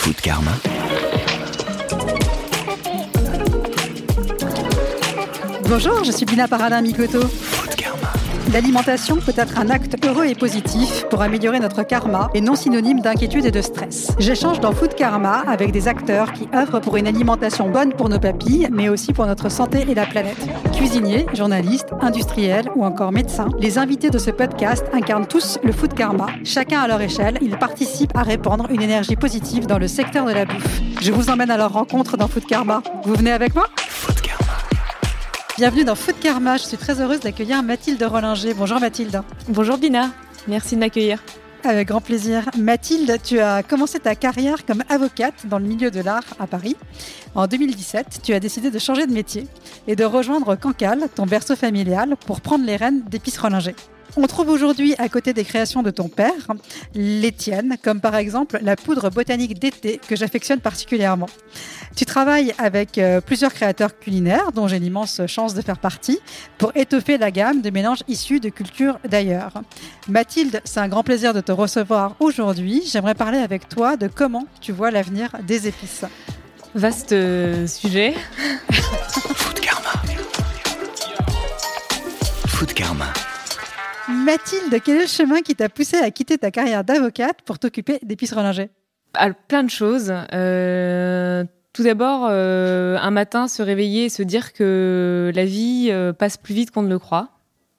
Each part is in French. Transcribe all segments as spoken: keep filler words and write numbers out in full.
Food Karma. Bonjour, je suis Bina Paradin-Mikoto. Food Karma. L'alimentation peut être un acte heureux et positif pour améliorer notre karma et non synonyme d'inquiétude et de stress. J'échange dans Food Karma avec des acteurs qui œuvrent pour une alimentation bonne pour nos papilles, mais aussi pour notre santé et la planète. Cuisiniers, journalistes, industriels ou encore médecins, les invités de ce podcast incarnent tous le Food Karma. Chacun à leur échelle, ils participent à répandre une énergie positive dans le secteur de la bouffe. Je vous emmène à leur rencontre dans Food Karma. Vous venez avec moi ? Food Karma. Bienvenue dans Food Karma, je suis très heureuse d'accueillir Mathilde Rollinger. Bonjour Mathilde. Bonjour Bina, merci de m'accueillir. Avec grand plaisir. Mathilde, tu as commencé ta carrière comme avocate dans le milieu de l'art à Paris. En deux mille dix-sept, tu as décidé de changer de métier et de rejoindre Cancale, ton berceau familial, pour prendre les rênes d'Épices Rollinger. On trouve aujourd'hui à côté des créations de ton père, les tiennes, comme par exemple la poudre botanique d'été que j'affectionne particulièrement. Tu travailles avec euh, plusieurs créateurs culinaires, dont j'ai l'immense chance de faire partie, pour étoffer la gamme de mélanges issus de cultures d'ailleurs. Mathilde, c'est un grand plaisir de te recevoir aujourd'hui. J'aimerais parler avec toi de comment tu vois l'avenir des épices. Vaste euh, sujet. Food Karma. Food Karma. Mathilde, quel est le chemin qui t'a poussé à quitter ta carrière d'avocate pour t'occuper d'Épices Rollinger ? Alors, plein de choses. Euh, tout d'abord, euh, un matin, se réveiller et se dire que la vie euh, passe plus vite qu'on ne le croit.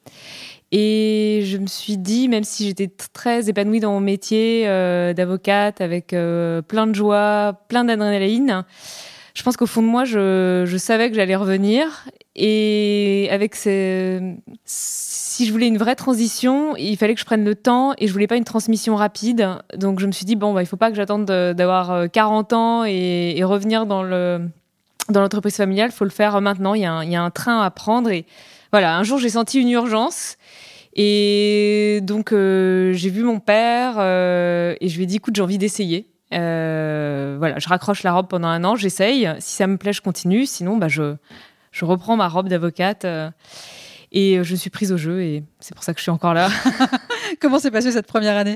Et je me suis dit, même si j'étais t- très épanouie dans mon métier euh, d'avocate, avec euh, plein de joie, plein d'adrénaline, je pense qu'au fond de moi, je, je savais que j'allais revenir. Et avec ces... si je voulais une vraie transition, il fallait que je prenne le temps et je voulais pas une transmission rapide. Donc je me suis dit, bon, bah, il faut pas que j'attende de, d'avoir quarante ans et, et revenir dans, le, dans l'entreprise familiale. Il faut le faire maintenant. Il y a un, il y a un train à prendre. Et voilà, un jour, j'ai senti une urgence. Et donc, euh, j'ai vu mon père euh, et je lui ai dit, écoute, j'ai envie d'essayer. Euh, voilà, je raccroche la robe pendant un an, j'essaye. Si ça me plaît, je continue. Sinon, bah, je, je reprends ma robe d'avocate euh, et je suis prise au jeu et c'est pour ça que je suis encore là. Comment s'est passée cette première année ?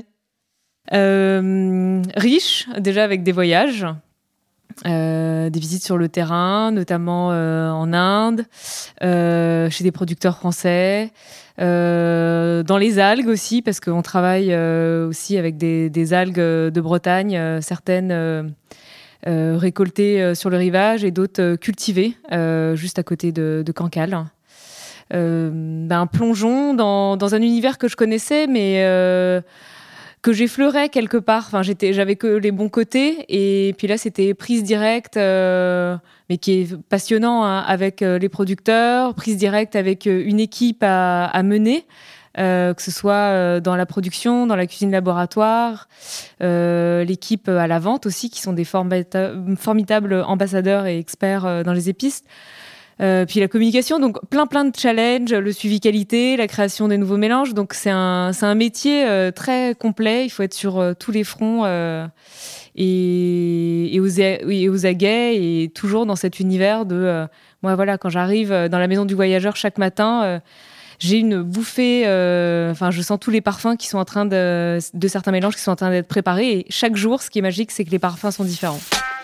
euh, Riche, déjà avec des voyages, euh, des visites sur le terrain, notamment euh, en Inde, euh, chez des producteurs français. Euh, dans les algues aussi, parce qu'on travaille euh, aussi avec des, des algues de Bretagne, euh, certaines euh, euh, récoltées euh, sur le rivage et d'autres euh, cultivées euh, juste à côté de, de Cancale. Euh, ben, un plongeon dans, dans un univers que je connaissais, mais euh, que j'effleurais quelque part. Enfin, j'étais, j'avais que les bons côtés, et puis là, c'était prise directe, euh, mais qui est passionnant hein, avec euh, les producteurs, prise directe avec euh, une équipe à, à mener, euh, que ce soit euh, dans la production, dans la cuisine laboratoire, euh, l'équipe à la vente aussi, qui sont des formita- formidables ambassadeurs et experts euh, dans les épices. Euh, puis la communication, donc plein plein de challenges, le suivi qualité, la création des nouveaux mélanges. Donc c'est un c'est un métier euh, très complet. Il faut être sur euh, tous les fronts euh, et et aux, et aux aguets et toujours dans cet univers de euh, moi voilà quand j'arrive dans la maison du voyageur chaque matin. Euh, j'ai une bouffée, euh, enfin je sens tous les parfums qui sont en train de de certains mélanges qui sont en train d'être préparés. Et chaque jour, ce qui est magique, c'est que les parfums sont différents.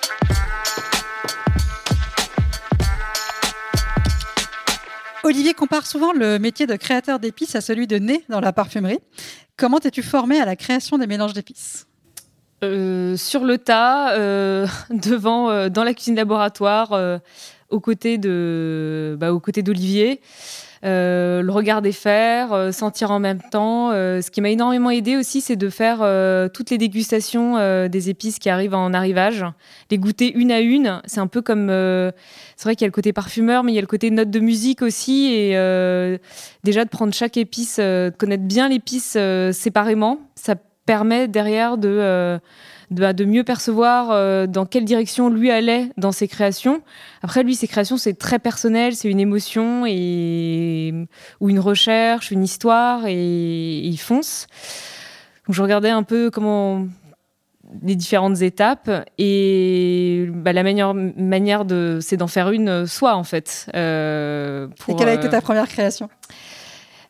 Olivier compare souvent le métier de créateur d'épices à celui de nez dans la parfumerie. Comment t'es-tu formé à la création des mélanges d'épices ? euh, Sur le tas, euh, devant, euh, dans la cuisine laboratoire, euh, aux côtés de, bah, aux côtés d'Olivier. Euh, le regarder faire, euh, sentir en même temps. Euh, ce qui m'a énormément aidé aussi, c'est de faire euh, toutes les dégustations euh, des épices qui arrivent en arrivage, les goûter une à une. C'est un peu comme, euh, c'est vrai qu'il y a le côté parfumeur, mais il y a le côté note de musique aussi. Et euh, déjà de prendre chaque épice, euh, de connaître bien l'épice euh, séparément, ça permet derrière de euh, De, de mieux percevoir euh, dans quelle direction lui allait dans ses créations. Après, lui, ses créations, c'est très personnel, c'est une émotion et... ou une recherche, une histoire, et, et il fonce. Donc, je regardais un peu comment les différentes étapes et bah, la meilleure manière, de... c'est d'en faire une soi, en fait. Euh, pour, et quelle a été ta première création ?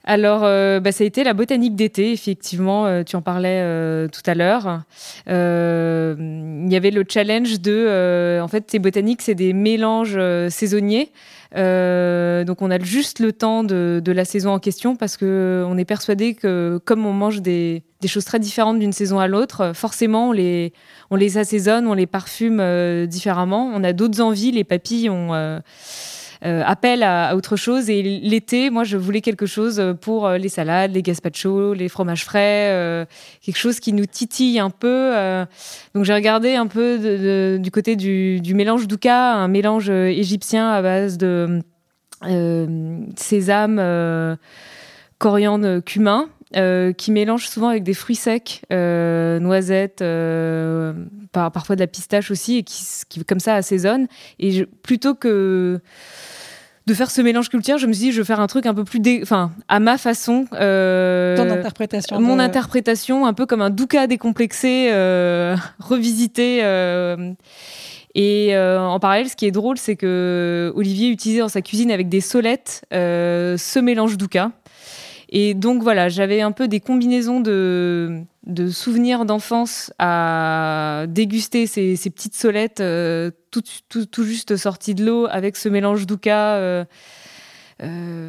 Alors, euh, bah, ça a été la botanique d'été, effectivement, euh, tu en parlais euh, tout à l'heure. Euh, Il y avait le challenge de... euh, en fait, ces botaniques, c'est des mélanges euh, saisonniers. Euh, donc, on a juste le temps de, de la saison en question parce qu'on est persuadé que, comme on mange des, des choses très différentes d'une saison à l'autre, forcément, on les, on les assaisonne, on les parfume euh, différemment. On a d'autres envies, les papilles ont... Euh, Euh, appel à, à autre chose. Et l'été, moi, je voulais quelque chose pour euh, les salades, les gazpachos, les fromages frais, euh, quelque chose qui nous titille un peu. Euh. Donc, j'ai regardé un peu de, de, du côté du, du mélange douka, un mélange euh, égyptien à base de euh, sésame, euh, coriandre, cumin. Euh, qui mélange souvent avec des fruits secs, euh, noisettes, euh, par, parfois de la pistache aussi, et qui, qui comme ça assaisonne. Et je, plutôt que de faire ce mélange culturel, je me suis dit, je vais faire un truc un peu plus, dé... enfin, à ma façon. Euh, Ton interprétation. Mon de... interprétation, un peu comme un douka décomplexé, euh, revisité. Euh, Et euh, en parallèle, ce qui est drôle, c'est que Olivier utilisait dans sa cuisine avec des solettes euh, ce mélange douka. Et donc voilà, j'avais un peu des combinaisons de, de souvenirs d'enfance à déguster ces, ces petites solettes euh, tout, tout, tout juste sorties de l'eau avec ce mélange douka euh, euh,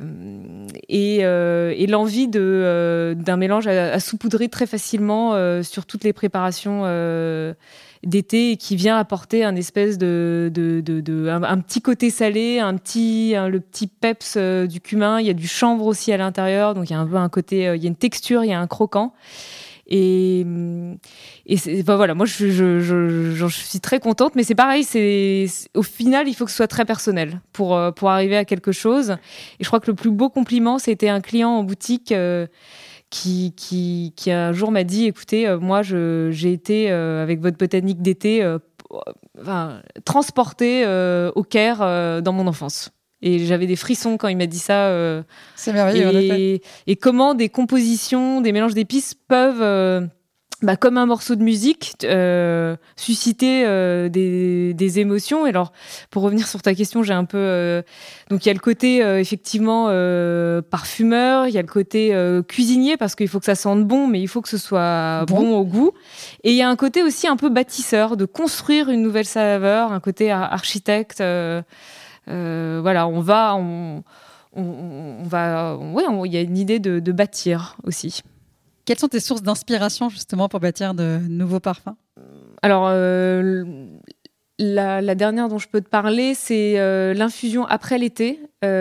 et, euh, et l'envie de, euh, d'un mélange à, à saupoudrer très facilement euh, sur toutes les préparations euh, d'été et qui vient apporter un espèce de, de, de, de un, un petit côté salé, un petit, un, le petit peps euh, du cumin. Il y a du chanvre aussi à l'intérieur, donc il y a un peu un côté, euh, il y a une texture, il y a un croquant. Et, et c'est, enfin voilà, moi je, je, je, je, je suis très contente, mais c'est pareil, c'est, c'est, au final il faut que ce soit très personnel pour, euh, pour arriver à quelque chose. Et je crois que le plus beau compliment, c'était un client en boutique euh, Qui, qui, qui un jour m'a dit, écoutez, euh, moi, je, j'ai été euh, avec votre botanique d'été euh, enfin, transportée euh, au Caire euh, dans mon enfance. Et j'avais des frissons quand il m'a dit ça. Euh, C'est merveilleux, en effet. Et, et comment des compositions, des mélanges d'épices peuvent... Euh, bah, comme un morceau de musique, euh, susciter euh, des, des émotions. Et alors, pour revenir sur ta question, j'ai un peu... Euh, donc, il y a le côté, euh, effectivement, euh, parfumeur, il y a le côté euh, cuisinier, parce qu'il faut que ça sente bon, mais il faut que ce soit bon, bon au goût. Et il y a un côté aussi un peu bâtisseur, de construire une nouvelle saveur, un côté architecte. Euh, euh, voilà, on va... On, on, on va ouais, il y a une idée de, de bâtir aussi. Quelles sont tes sources d'inspiration justement pour bâtir de nouveaux parfums ? Alors, euh, la, la dernière dont je peux te parler, c'est euh, l'infusion après l'été.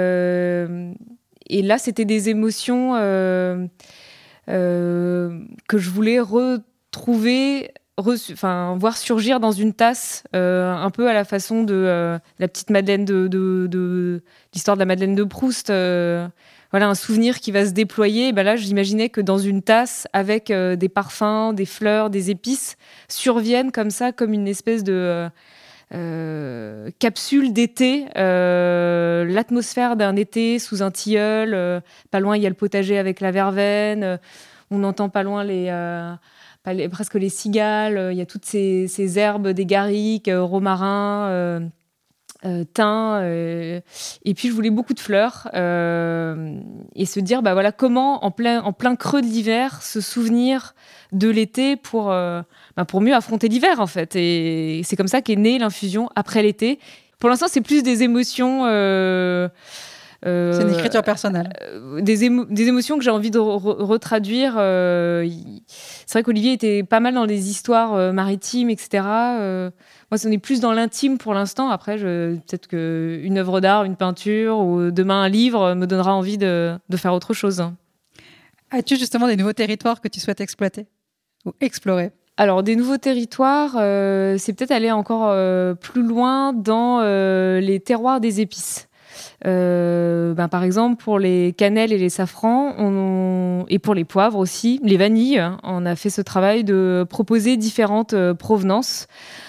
Euh, et là, c'était des émotions euh, euh, que je voulais retrouver, reçu, enfin, voir surgir dans une tasse, euh, un peu à la façon de euh, la petite Madeleine de, de, de l'histoire de la Madeleine de Proust. Euh, Voilà, un souvenir qui va se déployer. Et ben là, j'imaginais que dans une tasse, avec euh, des parfums, des fleurs, des épices, surviennent comme ça, comme une espèce de euh, euh, capsule d'été. Euh, l'atmosphère d'un été sous un tilleul. Euh, pas loin, il y a le potager avec la verveine. Euh, on entend pas loin les... Euh, pas les presque les cigales. Il euh, y a toutes ces, ces herbes, des garriques, euh, romarin... Euh, Euh, thym, euh, et puis je voulais beaucoup de fleurs euh, et se dire bah voilà comment en plein en plein creux de l'hiver se souvenir de l'été pour euh, bah, pour mieux affronter l'hiver en fait, et c'est comme ça qu'est née l'infusion après l'été. Pour l'instant c'est plus des émotions euh, euh, c'est une écriture personnelle euh, des, émo- des émotions que j'ai envie de re- retraduire euh, y... c'est vrai qu'Olivier était pas mal dans les histoires euh, maritimes, etc. euh, Moi, on est plus dans l'intime pour l'instant. Après, je, peut-être qu'une œuvre d'art, une peinture ou demain un livre me donnera envie de, de faire autre chose. As-tu justement des nouveaux territoires que tu souhaites exploiter ou explorer ? Alors, des nouveaux territoires, euh, c'est peut-être aller encore euh, plus loin dans euh, les terroirs des épices. Euh, ben, par exemple, pour les cannelles et les safrans, on, et pour les poivres aussi, les vanilles, on a fait ce travail de proposer différentes euh, provenances.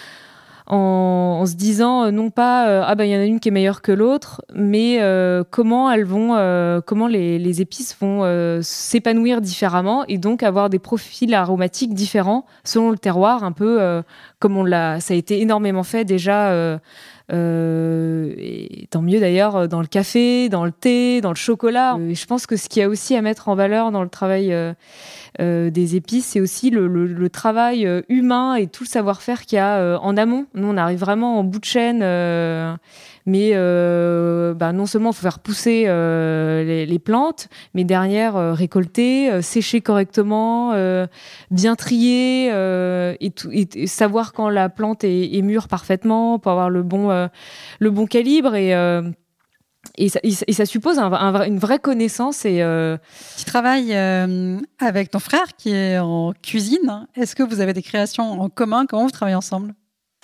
En, en se disant euh, non pas euh, ah ben il y en a une qui est meilleure que l'autre, mais euh, comment elles vont, euh, comment les, les épices vont euh, s'épanouir différemment et donc avoir des profils aromatiques différents selon le terroir, un peu euh, comme on l'a, ça a été énormément fait déjà euh, Euh, et tant mieux d'ailleurs dans le café, dans le thé, dans le chocolat. Et je pense que ce qu'il y a aussi à mettre en valeur dans le travail euh, euh, des épices, c'est aussi le, le, le travail euh, humain et tout le savoir-faire qu'il y a euh, en amont. Nous, on arrive vraiment en bout de chaîne, euh, mais euh, bah, non seulement il faut faire pousser euh, les, les plantes, mais derrière euh, récolter, euh, sécher correctement, euh, bien trier euh, et, tout, et, et savoir quand la plante est, est mûre parfaitement pour avoir le bon, euh, le bon calibre. Et, euh, et, ça, et ça suppose un, un, une vraie connaissance. Et, euh... Tu travailles euh, avec ton frère qui est en cuisine. Est-ce que vous avez des créations en commun? Comment vous travaillez ensemble?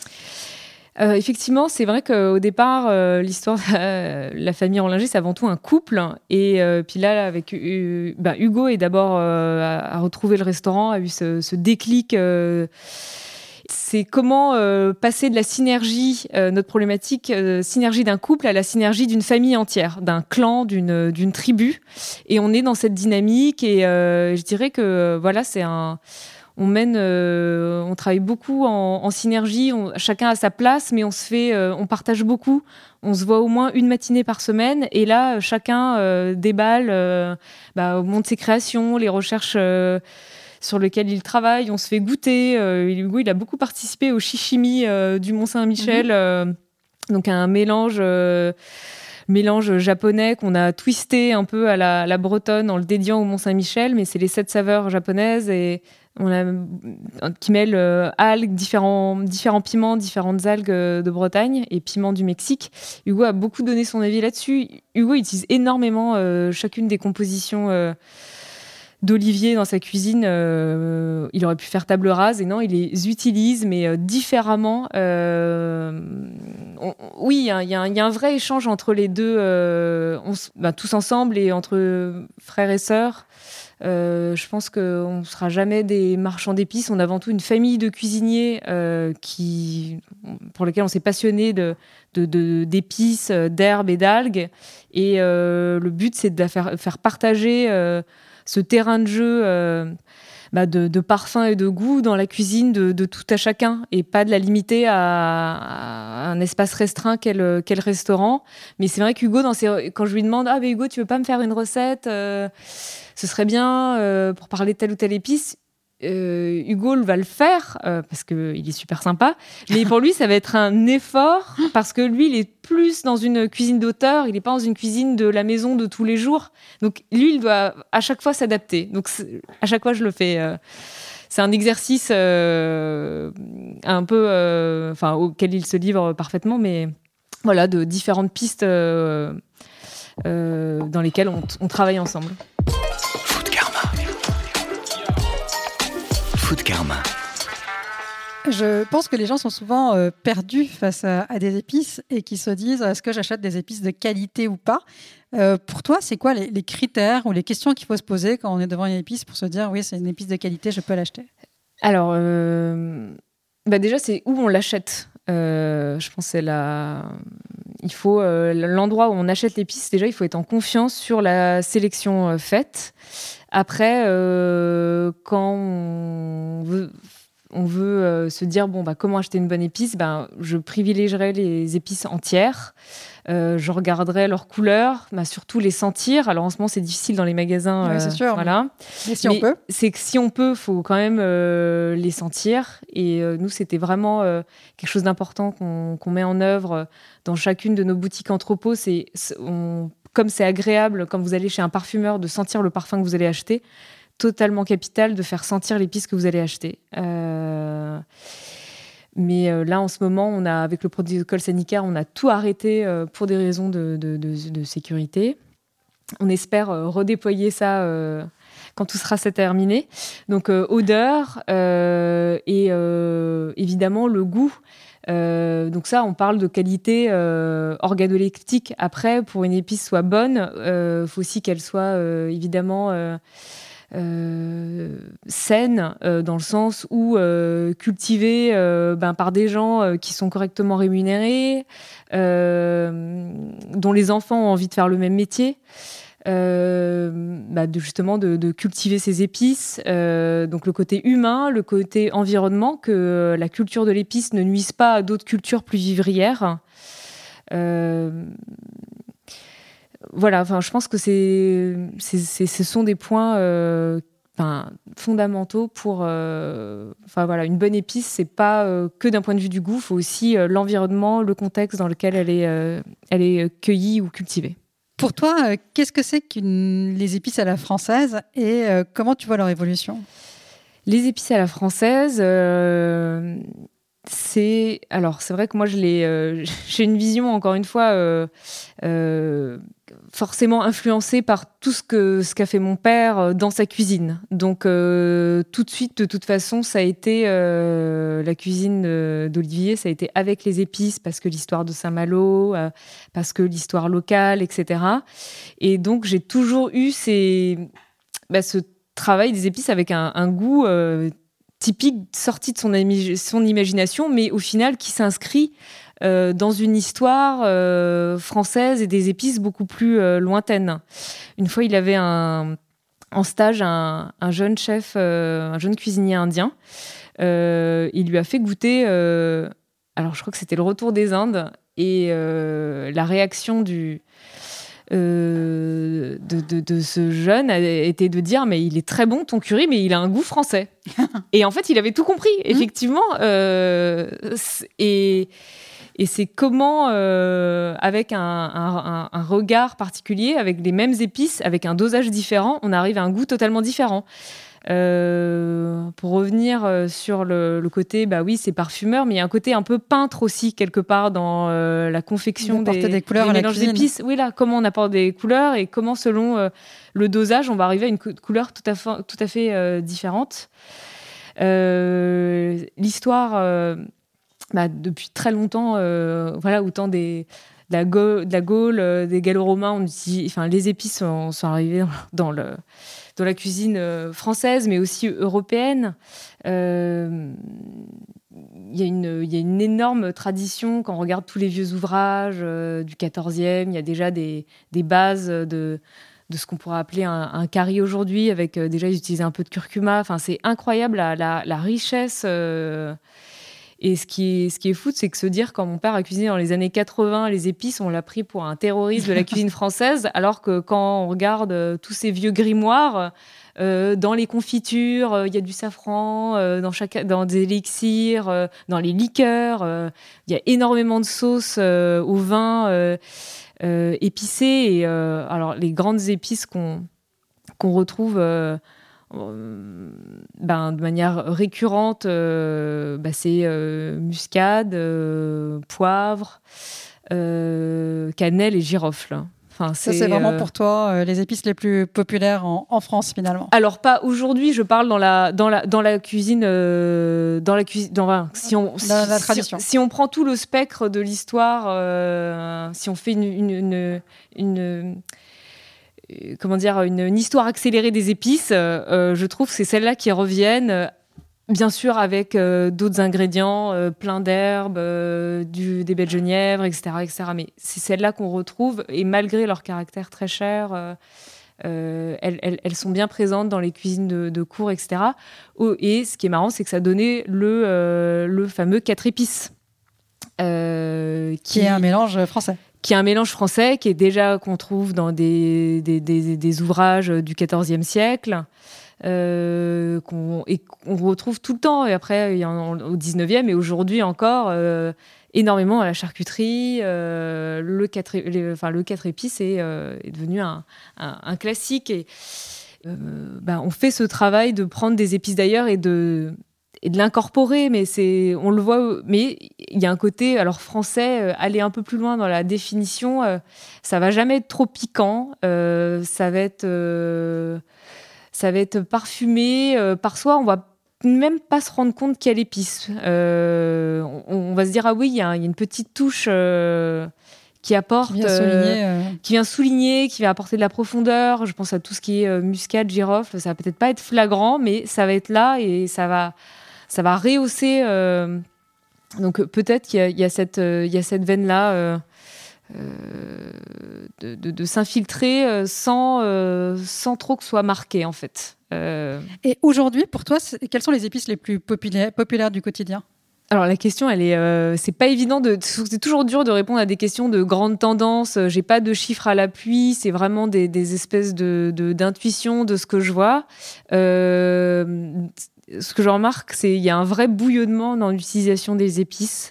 Euh, effectivement, c'est vrai qu'au départ, euh, l'histoire de la famille Rollinger, c'est avant tout un couple. Et euh, puis là, avec euh, bah, Hugo, est d'abord euh, a, a retrouvé le restaurant, a eu ce, ce déclic. Euh, c'est comment euh, passer de la synergie, euh, notre problématique, euh, synergie d'un couple à la synergie d'une famille entière, d'un clan, d'une, d'une tribu. Et on est dans cette dynamique. Et euh, je dirais que voilà, c'est un... On mène, euh, on travaille beaucoup en, en synergie. On, chacun a sa place, mais on se fait, euh, on partage beaucoup. On se voit au moins une matinée par semaine, et là, chacun euh, déballe, euh, bah, monte ses créations, les recherches euh, sur lesquelles il travaille. On se fait goûter. Euh, Hugo, il a beaucoup participé au chichimi euh, du Mont Saint-Michel, mmh. euh, donc un mélange. Euh, mélange japonais qu'on a twisté un peu à la, la bretonne en le dédiant au Mont Saint-Michel, mais c'est les sept saveurs japonaises et on a, qui mêlent euh, algues, différents, différents piments, différentes algues euh, de Bretagne et piments du Mexique. Hugo a beaucoup donné son avis là-dessus. Hugo utilise énormément euh, chacune des compositions euh, d'Olivier dans sa cuisine. Euh, il aurait pu faire table rase et non, il les utilise, mais euh, différemment. Euh, on, oui, il y, y, y a un vrai échange entre les deux, euh, on, bah, tous ensemble et entre frères et sœurs. Euh, je pense qu'on ne sera jamais des marchands d'épices. On a avant tout une famille de cuisiniers euh, qui, pour lesquels on s'est passionné de, de, de, d'épices, d'herbes et d'algues. Et euh, le but, c'est de faire, faire partager euh, ce terrain de jeu euh, bah de, de parfum et de goût dans la cuisine de, de tout à chacun, et pas de la limiter à, à un espace restreint qu'est le, qu'est le restaurant. Mais c'est vrai qu'Hugo, dans ses, quand je lui demande « Ah, mais Hugo, tu veux pas me faire une recette euh, ce serait bien euh, pour parler de telle ou telle épice », Euh, Hugo va le faire euh, parce qu'il est super sympa, mais pour lui ça va être un effort parce que lui il est plus dans une cuisine d'auteur, il n'est pas dans une cuisine de la maison de tous les jours, donc lui il doit à chaque fois s'adapter, donc à chaque fois je le fais euh, c'est un exercice euh, un peu euh, enfin, auquel il se livre parfaitement, mais voilà, de différentes pistes euh, euh, dans lesquelles on, on travaille ensemble. Food Karma. Je pense que les gens sont souvent euh, perdus face à, à des épices et qui se disent est-ce que j'achète des épices de qualité ou pas. Euh, pour toi, c'est quoi les, les critères ou les questions qu'il faut se poser quand on est devant une épice pour se dire oui, c'est une épice de qualité, je peux l'acheter? Alors, euh, bah déjà, c'est où on l'achète. Euh, je pense que c'est la... il faut euh, l'endroit où on achète l'épice. Déjà, il faut être en confiance sur la sélection euh, faite. Après, euh, quand on veut, on veut euh, se dire bon bah comment acheter une bonne épice, ben je privilégierai les épices entières. Euh, je regarderai leur couleur, bah, surtout les sentir. Alors en ce moment c'est difficile dans les magasins. Oui, euh, c'est sûr. Voilà. Mais si mais on peut. C'est que si on peut, faut quand même euh, les sentir. Et euh, nous c'était vraiment euh, quelque chose d'important qu'on, qu'on met en œuvre dans chacune de nos boutiques entrepôts. C'est on Comme c'est agréable, quand vous allez chez un parfumeur, de sentir le parfum que vous allez acheter, totalement capital de faire sentir l'épice que vous allez acheter. Euh... Mais euh, là, en ce moment, on a, avec le protocole sanitaire, on a tout arrêté euh, pour des raisons de, de, de, de sécurité. On espère euh, redéployer ça euh, quand tout sera terminé. Donc, euh, odeur euh, et euh, évidemment le goût. Euh, donc ça, on parle de qualité euh, organoleptique. Après, pour une épice soit bonne, il euh, faut aussi qu'elle soit euh, évidemment euh, euh, saine, euh, dans le sens où euh, cultivée euh, ben, par des gens euh, qui sont correctement rémunérés, euh, dont les enfants ont envie de faire le même métier. Euh, bah de, justement de, de cultiver ces épices, euh, donc le côté humain, le côté environnement, que la culture de l'épice ne nuise pas à d'autres cultures plus vivrières. Euh, voilà, enfin, je pense que c'est, c'est, c'est, ce sont des points euh, enfin, fondamentaux pour. Euh, enfin voilà, une bonne épice, c'est pas euh, que d'un point de vue du goût, il faut aussi euh, l'environnement, le contexte dans lequel elle est, euh, elle est cueillie ou cultivée. Pour toi, euh, qu'est-ce que c'est que les épices à la française et euh, comment tu vois leur évolution ? Les épices à la française, euh, c'est alors c'est vrai que moi je l'ai, euh, j'ai une vision encore une fois euh, euh, forcément influencée par tout ce que ce qu'a fait mon père dans sa cuisine. Donc euh, tout de suite, de toute façon, ça a été euh, la cuisine d'Olivier, ça a été avec les épices parce que l'histoire de Saint-Malo, euh, parce que l'histoire locale, et cetera. Et donc j'ai toujours eu ces, bah, ce travail des épices avec un, un goût euh, typique, sorti de son, ami- son imagination, mais au final qui s'inscrit euh, dans une histoire euh, française et des épices beaucoup plus euh, lointaines. Une fois, il avait un, en stage un, un jeune chef, euh, un jeune cuisinier indien. Euh, il lui a fait goûter, euh, alors je crois que c'était le retour des Indes, et euh, la réaction du... Euh, de, de, de ce jeune a été de dire mais il est très bon ton curry mais il a un goût français. Et en fait il avait tout compris effectivement euh, et, et c'est comment euh, avec un, un, un regard particulier, avec les mêmes épices, avec un dosage différent, on arrive à un goût totalement différent. Euh, pour revenir sur le, le côté, bah oui, c'est parfumeur, mais il y a un côté un peu peintre aussi quelque part dans euh, la confection des, des, couleurs des à mélanges d'épices. Oui, là, comment on apporte des couleurs et comment, selon euh, le dosage, on va arriver à une couleur tout à fait, tout à fait euh, différente. Euh, l'histoire, euh, bah, depuis très longtemps, euh, voilà, autant des de la, Gaule, de la Gaule, euh, des Gallo-Romains, on dit, enfin, les épices sont, sont arrivées dans le dans la cuisine euh, française, mais aussi européenne. Euh, il y a une, il y a une énorme tradition quand on regarde tous les vieux ouvrages euh, du quatorzième. Il y a déjà des, des bases de, de ce qu'on pourrait appeler un, un curry aujourd'hui, avec euh, déjà ils utilisaient un peu de curcuma. Enfin, c'est incroyable la, la, la richesse. Euh, Et ce qui est, ce qui est fou, c'est que se dire, quand mon père a cuisiné dans les années quatre-vingts, les épices, on l'a pris pour un terroriste de la cuisine française, alors que quand on regarde euh, tous ces vieux grimoires, euh, dans les confitures, il euh, y a du safran, euh, dans, chaque, dans des élixirs, euh, dans les liqueurs, il euh, y a énormément de sauces euh, au vin euh, euh, épicées. Et, euh, alors, les grandes épices qu'on, qu'on retrouve... Euh, Euh, ben, de manière récurrente, euh, ben, c'est euh, muscade, euh, poivre, euh, cannelle et girofle. Enfin, c'est, Ça, c'est vraiment euh... pour toi euh, les épices les plus populaires en, en France, finalement. Alors, pas aujourd'hui, je parle dans la, dans la, dans la cuisine. Euh, dans la cuisine dans, enfin, si on, dans si, la tradition. Si, si on prend tout le spectre de l'histoire, euh, si on fait une. une, une, une comment dire, une, une histoire accélérée des épices, euh, je trouve que c'est celles-là qui reviennent, euh, bien sûr avec euh, d'autres ingrédients, euh, plein d'herbes, euh, du, des baies de genièvre, et cetera, et cetera. Mais c'est celles-là qu'on retrouve, et malgré leur caractère très cher, euh, euh, elles, elles, elles sont bien présentes dans les cuisines de, de cour, et cetera. Oh, et ce qui est marrant, c'est que ça donnait le, euh, le fameux quatre épices. Euh, qui... qui est un mélange français. qui est un mélange français, qui est déjà qu'on trouve dans des, des, des, des ouvrages du quatorzième siècle, euh, qu'on, et qu'on retrouve tout le temps. Et après, il y en a au dix-neuvième, et aujourd'hui encore, euh, énormément à la charcuterie. Euh, le, quatre, les, enfin, le quatre épices est, euh, est devenu un, un, un classique. Et euh, bah, on fait ce travail de prendre des épices d'ailleurs et de... et de l'incorporer, mais c'est, on le voit, mais il y a un côté, alors français, euh, aller un peu plus loin dans la définition, euh, ça va jamais être trop piquant, euh, ça va être, euh, ça va être parfumé, euh, par soi, on va même pas se rendre compte qu'il y a l'épice. Euh, on, on va se dire, ah oui, il y, y a une petite touche euh, qui apporte, qui vient, souligner, euh... qui vient souligner, qui vient apporter de la profondeur. Je pense à tout ce qui est euh, muscade, girofle, ça va peut-être pas être flagrant, mais ça va être là et ça va... ça va rehausser. Euh, donc peut-être qu'il y a, il y a cette, euh, il y a cette veine-là euh, euh, de, de, de s'infiltrer euh, sans, euh, sans trop que ce soit marqué, en fait. Euh... Et aujourd'hui, pour toi, quelles sont les épices les plus populaires, populaires du quotidien ? Alors la question, elle est, euh, c'est pas évident de, c'est toujours dur de répondre à des questions de grandes tendances. J'ai pas de chiffres à l'appui, c'est vraiment des, des espèces de, de d'intuition de ce que je vois. Euh, ce que je remarque, c'est il y a un vrai bouillonnement dans l'utilisation des épices.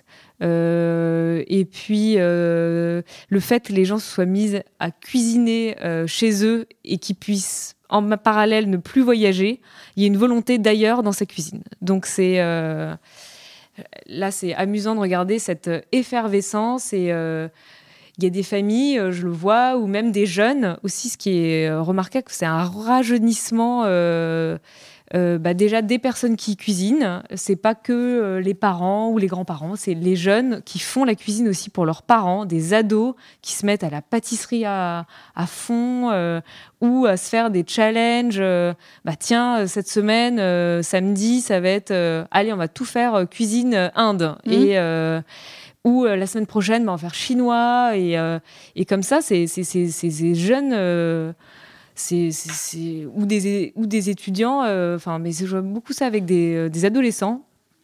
Euh, et puis euh, le fait que les gens se soient mis à cuisiner euh, chez eux et qu'ils puissent en parallèle ne plus voyager, il y a une volonté d'ailleurs dans sa cuisine. Donc c'est euh, là, c'est amusant de regarder cette effervescence et euh, il y a des familles, je le vois, ou même des jeunes aussi. Ce qui est remarquable, c'est un rajeunissement euh, euh, bah déjà des personnes qui cuisinent. C'est pas que les parents ou les grands-parents, c'est les jeunes qui font la cuisine aussi pour leurs parents, des ados qui se mettent à la pâtisserie à, à fond euh, ou à se faire des challenges. Euh, bah tiens, cette semaine, euh, samedi, ça va être euh, allez, on va tout faire euh, cuisine euh, Inde mmh. et euh, ou euh, la semaine prochaine, bah, on va faire chinois et euh, et comme ça, c'est c'est c'est c'est, c'est jeunes. Euh, C'est, c'est, c'est, ou, des, ou des étudiants, enfin, euh, mais je vois beaucoup ça avec des, des adolescents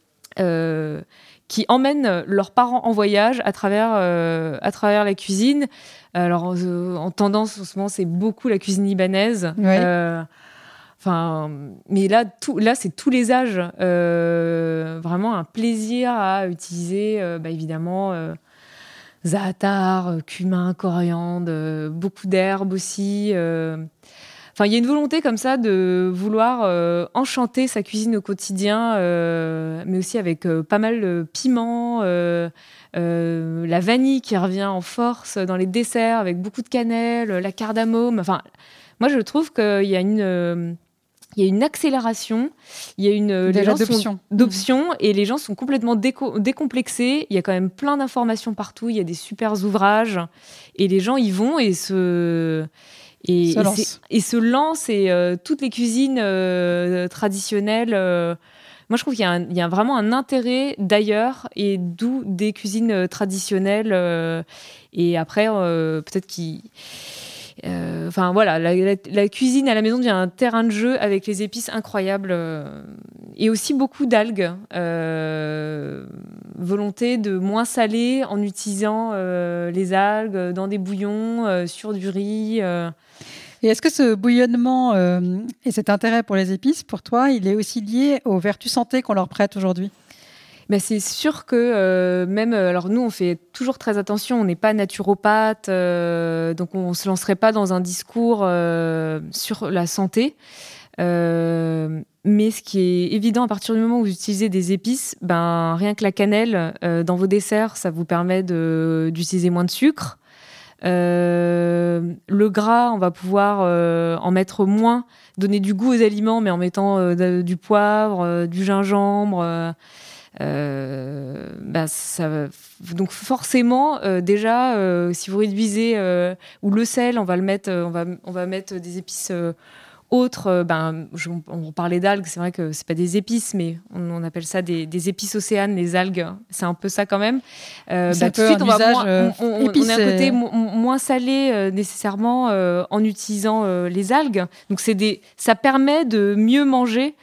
euh, qui emmènent leurs parents en voyage à travers, euh, à travers la cuisine. Alors, euh, en tendance, en ce moment, c'est beaucoup la cuisine libanaise. Ouais. Euh, Enfin, mais là, tout, là, c'est tous les âges. Euh, vraiment un plaisir à utiliser, euh, bah, évidemment. Euh, za'atar, cumin, coriandre, euh, beaucoup d'herbes aussi. Euh... Enfin, il y a une volonté comme ça de vouloir euh, enchanter sa cuisine au quotidien, euh, mais aussi avec euh, pas mal de piment, euh, euh, la vanille qui revient en force dans les desserts avec beaucoup de cannelle, la cardamome. Enfin, moi, je trouve qu'il y a une... Euh, Il y a une accélération, il y a une les gens sont d'options mmh. et les gens sont complètement déco- décomplexés. Il y a quand même plein d'informations partout. Il y a des super ouvrages et les gens y vont et se et, se, et, lance. et se lancent. Et euh, toutes les cuisines euh, traditionnelles. Euh, moi, je trouve qu'il y a, un, il y a vraiment un intérêt d'ailleurs et d'où des cuisines traditionnelles. Euh, et après, euh, peut-être qu'ils Enfin euh, voilà, la, la, la cuisine à la maison devient un terrain de jeu avec les épices incroyables euh, et aussi beaucoup d'algues. Euh, volonté de moins saler en utilisant euh, les algues dans des bouillons, euh, sur du riz. Euh. Et est-ce que ce bouillonnement euh, et cet intérêt pour les épices, pour toi, il est aussi lié aux vertus santé qu'on leur prête aujourd'hui ? Ben c'est sûr que euh, même, alors nous on fait toujours très attention, on n'est pas naturopathe, euh, donc on ne se lancerait pas dans un discours euh, sur la santé. Euh, mais ce qui est évident, à partir du moment où vous utilisez des épices, ben, rien que la cannelle euh, dans vos desserts, ça vous permet de, d'utiliser moins de sucre. Euh, le gras, on va pouvoir euh, en mettre moins, donner du goût aux aliments, mais en mettant euh, de, du poivre, euh, du gingembre... Euh, Euh, bah ça, donc forcément euh, déjà euh, si vous réduisez euh, ou le sel on va le mettre euh, on va on va mettre des épices euh, autres euh, ben je, on parlait d'algues, c'est vrai que c'est pas des épices mais on, on appelle ça des, des épices océanes, les algues, c'est un peu ça quand même. Euh, bah, tout de suite on va moins, on, on, on a un côté mo- moins salé euh, nécessairement euh, en utilisant euh, les algues, donc c'est des ça permet de mieux manger.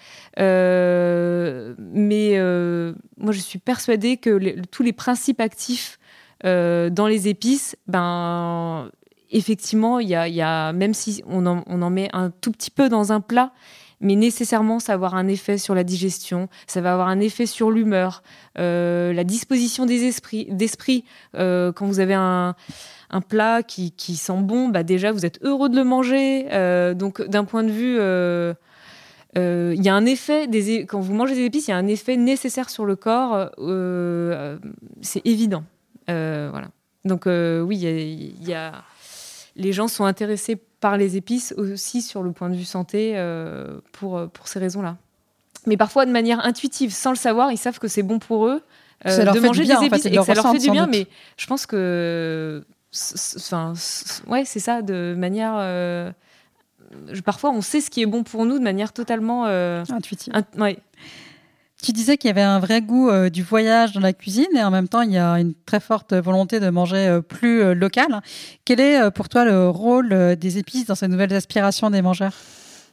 Euh, mais euh, moi je suis persuadée que les, tous les principes actifs euh, dans les épices, ben effectivement il y a, y a même si on en, on en met un tout petit peu dans un plat, mais nécessairement ça va avoir un effet sur la digestion, ça va avoir un effet sur l'humeur, euh, la disposition des esprits, d'esprit. Euh, quand vous avez un un plat qui, qui sent bon, bah déjà vous êtes heureux de le manger. Euh, donc d'un point de vue euh, il euh, y a un effet, des, quand vous mangez des épices, il y a un effet nécessaire sur le corps, euh, c'est évident. Euh, voilà. Donc euh, oui, y a, y a, les gens sont intéressés par les épices aussi sur le point de vue santé euh, pour, pour ces raisons-là. Mais parfois de manière intuitive, sans le savoir, ils savent que c'est bon pour eux euh, de manger bien, des épices en fait, et que ça leur fait du bien. Doute. Mais je pense que, enfin, ouais, c'est ça, de manière... Euh, parfois, on sait ce qui est bon pour nous de manière totalement euh, intuitive. In- ouais. Tu disais qu'il y avait un vrai goût euh, du voyage dans la cuisine et en même temps, il y a une très forte volonté de manger euh, plus euh, local. Quel est euh, pour toi le rôle euh, des épices dans ces nouvelles aspirations des mangeurs ?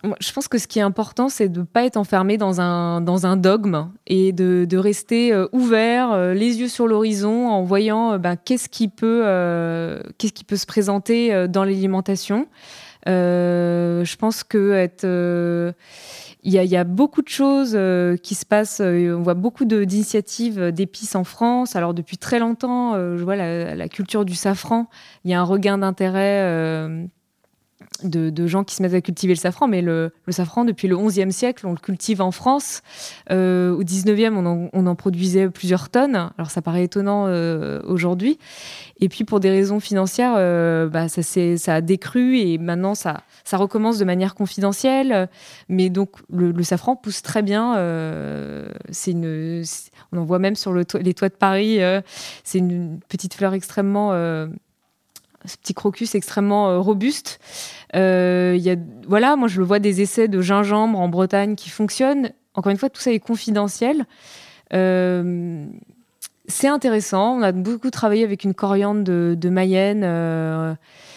Je pense que ce qui est important, c'est de ne pas être enfermé dans un, dans un dogme et de, de rester euh, ouvert, euh, les yeux sur l'horizon, en voyant euh, ben, qu'est-ce qui peut, euh, qu'est-ce qui peut se présenter euh, dans l'alimentation. Euh, je pense que être, euh, il y a, il y a beaucoup de choses euh, qui se passent. Euh, on voit beaucoup de, d'initiatives d'épices en France. Alors depuis très longtemps, euh, je vois la, la culture du safran. Il y a un regain d'intérêt. Euh, De, de gens qui se mettent à cultiver le safran, mais le, le safran, depuis le onzième siècle, on le cultive en France. Euh, au dix-neuvième, on en, on en produisait plusieurs tonnes. Alors, ça paraît étonnant euh, aujourd'hui. Et puis, pour des raisons financières, euh, bah, ça, c'est, ça a décru et maintenant, ça, ça recommence de manière confidentielle. Mais donc, le, le safran pousse très bien. Euh, c'est une, c'est, on en voit même sur le to- les toits de Paris. Euh, c'est une petite fleur extrêmement... Euh, ce petit crocus extrêmement euh, robuste. Euh, y a, voilà, moi, je le vois des essais de gingembre en Bretagne qui fonctionnent. Encore une fois, tout ça est confidentiel. Euh, c'est intéressant. On a beaucoup travaillé avec une coriandre de, de Mayenne. Euh,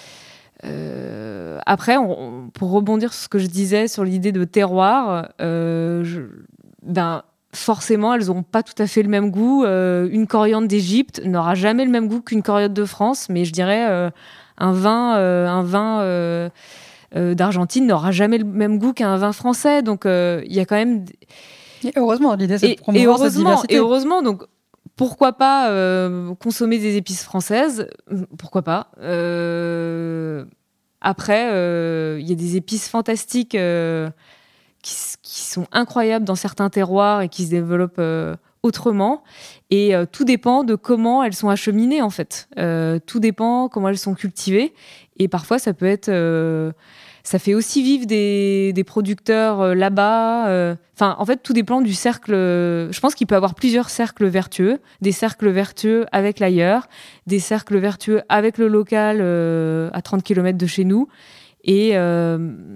euh, après, on, pour rebondir sur ce que je disais sur l'idée de terroir, euh, je, ben, forcément, elles n'auront pas tout à fait le même goût. Euh, une coriandre d'Égypte n'aura jamais le même goût qu'une coriandre de France, mais je dirais euh, un vin, euh, un vin euh, euh, d'Argentine n'aura jamais le même goût qu'un vin français. Donc, il euh, y a quand même... Et heureusement, l'idée, c'est et, de promouvoir et cette diversité. Et heureusement, donc, pourquoi pas euh, consommer des épices françaises ? Pourquoi pas ? euh, Après, il euh, y a des épices fantastiques... Euh, Qui, qui sont incroyables dans certains terroirs et qui se développent euh, autrement. Et euh, tout dépend de comment elles sont acheminées, en fait. Euh, tout dépend comment elles sont cultivées. Et parfois, ça peut être... Euh, ça fait aussi vivre des, des producteurs euh, là-bas. Enfin, euh, en fait, tout dépend du cercle... Je pense qu'il peut y avoir plusieurs cercles vertueux. Des cercles vertueux avec l'ailleurs. Des cercles vertueux avec le local euh, à trente kilomètres de chez nous. Et euh,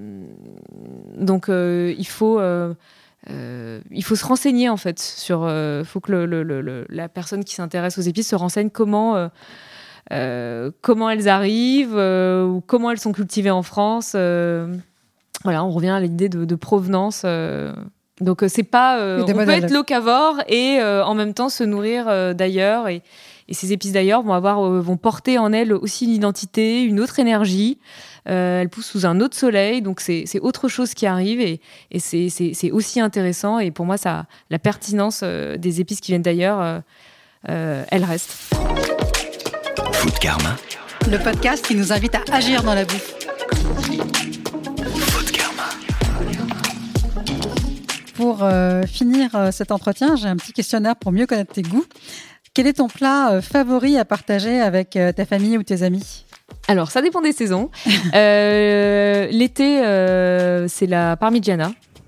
donc, euh, il, faut, euh, euh, il faut se renseigner, en fait. Il euh, faut que le, le, le, la personne qui s'intéresse aux épices se renseigne comment, euh, euh, comment elles arrivent, euh, ou comment elles sont cultivées en France. Euh, voilà, on revient à l'idée de, de provenance. Euh, donc, c'est pas... Euh, on peut être locavore et euh, en même temps se nourrir euh, d'ailleurs. Et, et ces épices d'ailleurs vont, avoir, euh, vont porter en elles aussi une identité, une autre énergie. Euh, elle pousse sous un autre soleil, donc c'est, c'est autre chose qui arrive et, et c'est, c'est, c'est aussi intéressant. Et pour moi, ça, la pertinence euh, des épices qui viennent d'ailleurs, euh, euh, elle reste. Food Karma. Le podcast qui nous invite à agir dans la bouffe. Food Karma. Pour euh, finir euh, cet entretien, j'ai un petit questionnaire pour mieux connaître tes goûts. Quel est ton plat euh, favori à partager avec euh, ta famille ou tes amis ? Alors, ça dépend des saisons. euh, l'été, euh, c'est la parmigiana.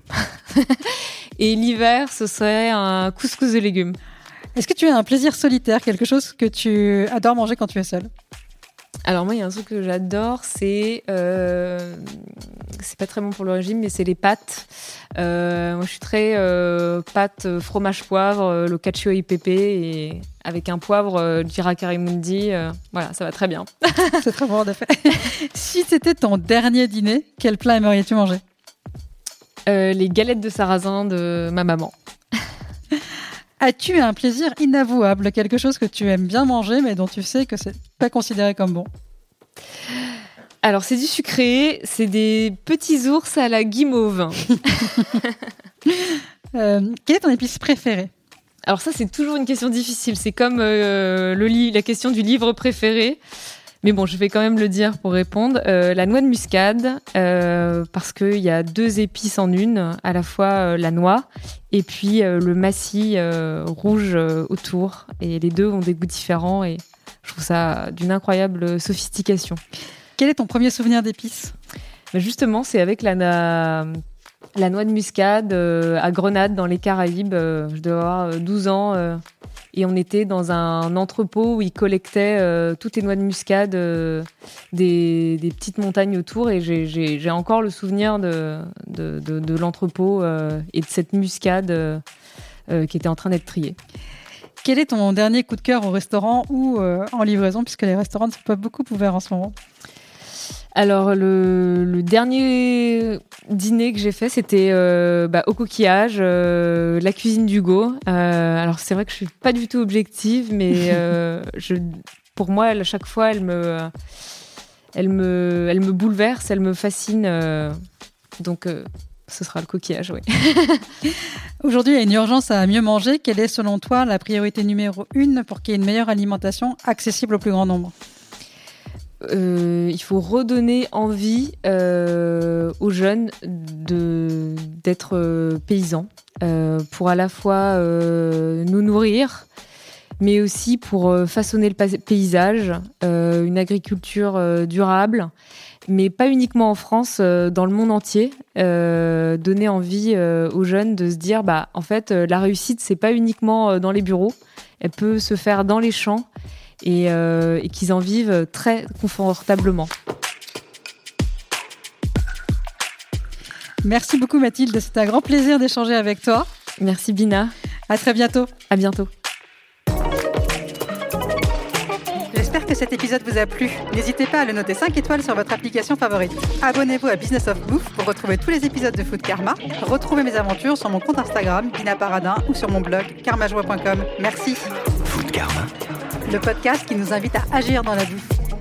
Et l'hiver, ce serait un couscous de légumes. Est-ce que tu as un plaisir solitaire, quelque chose que tu adores manger quand tu es seule ? Alors moi, il y a un truc que j'adore, c'est... Euh, c'est pas très bon pour le régime, mais c'est les pâtes. Euh, moi, je suis très euh, pâtes, fromage, poivre, euh, le cacio e pepe, et avec un poivre, euh, Gira Carimundi. Euh, voilà, ça va très bien. C'est très bon, en effet. Si c'était ton dernier dîner, quel plat aimeriez-tu manger ? euh, Les galettes de sarrasin de ma maman. As-tu un plaisir inavouable, quelque chose que tu aimes bien manger, mais dont tu sais que c'est pas considéré comme bon ? Alors, c'est du sucré, c'est des petits ours à la guimauve. euh, quelle est ton épice préférée ? Alors ça, c'est toujours une question difficile. C'est comme euh, le li- la question du livre préféré. Mais bon, je vais quand même le dire pour répondre. Euh, la noix de muscade, euh, parce qu'il y a deux épices en une, à la fois euh, la noix et puis euh, le massis euh, rouge euh, autour. Et les deux ont des goûts différents et je trouve ça d'une incroyable sophistication. Quel est ton premier souvenir d'épices ? Ben justement, c'est avec la, la, la noix de muscade euh, à Grenade, dans les Caraïbes. Euh, je devais avoir douze ans. Euh, Et on était dans un entrepôt où ils collectaient euh, toutes les noix de muscade euh, des, des petites montagnes autour. Et j'ai, j'ai, j'ai encore le souvenir de, de, de, de l'entrepôt euh, et de cette muscade euh, euh, qui était en train d'être triée. Quel est ton dernier coup de cœur au restaurant ou euh, en livraison, puisque les restaurants ne sont pas beaucoup ouverts en ce moment ? Alors, le, le dernier dîner que j'ai fait, c'était euh, bah, au coquillage, euh, la cuisine d'Hugo. Euh, alors, c'est vrai que je suis pas du tout objective, mais euh, je, pour moi, elle, à chaque fois, elle me, elle, me, elle me bouleverse, elle me fascine. Euh, donc, euh, ce sera le coquillage, oui. Aujourd'hui, il y a une urgence à mieux manger. Quelle est, selon toi, la priorité numéro une pour qu'il y ait une meilleure alimentation accessible au plus grand nombre ? Euh, il faut redonner envie euh, aux jeunes de, d'être euh, paysans euh, pour à la fois euh, nous nourrir, mais aussi pour euh, façonner le paysage, euh, une agriculture euh, durable, mais pas uniquement en France, euh, dans le monde entier. Euh, donner envie euh, aux jeunes de se dire, bah, en fait, euh, la réussite, c'est pas uniquement euh, dans les bureaux, elle peut se faire dans les champs. Et, euh, et qu'ils en vivent très confortablement. Merci beaucoup Mathilde, c'était un grand plaisir d'échanger avec toi. Merci Bina. À très bientôt. À bientôt. J'espère que cet épisode vous a plu. N'hésitez pas à le noter cinq étoiles sur votre application favorite. Abonnez-vous à Business of Bouffe pour retrouver tous les épisodes de Food Karma. Retrouvez mes aventures sur mon compte Instagram, Bina Paradin, ou sur mon blog, karmajoie point com. Merci. Food Karma. Le podcast qui nous invite à agir dans la bouffe.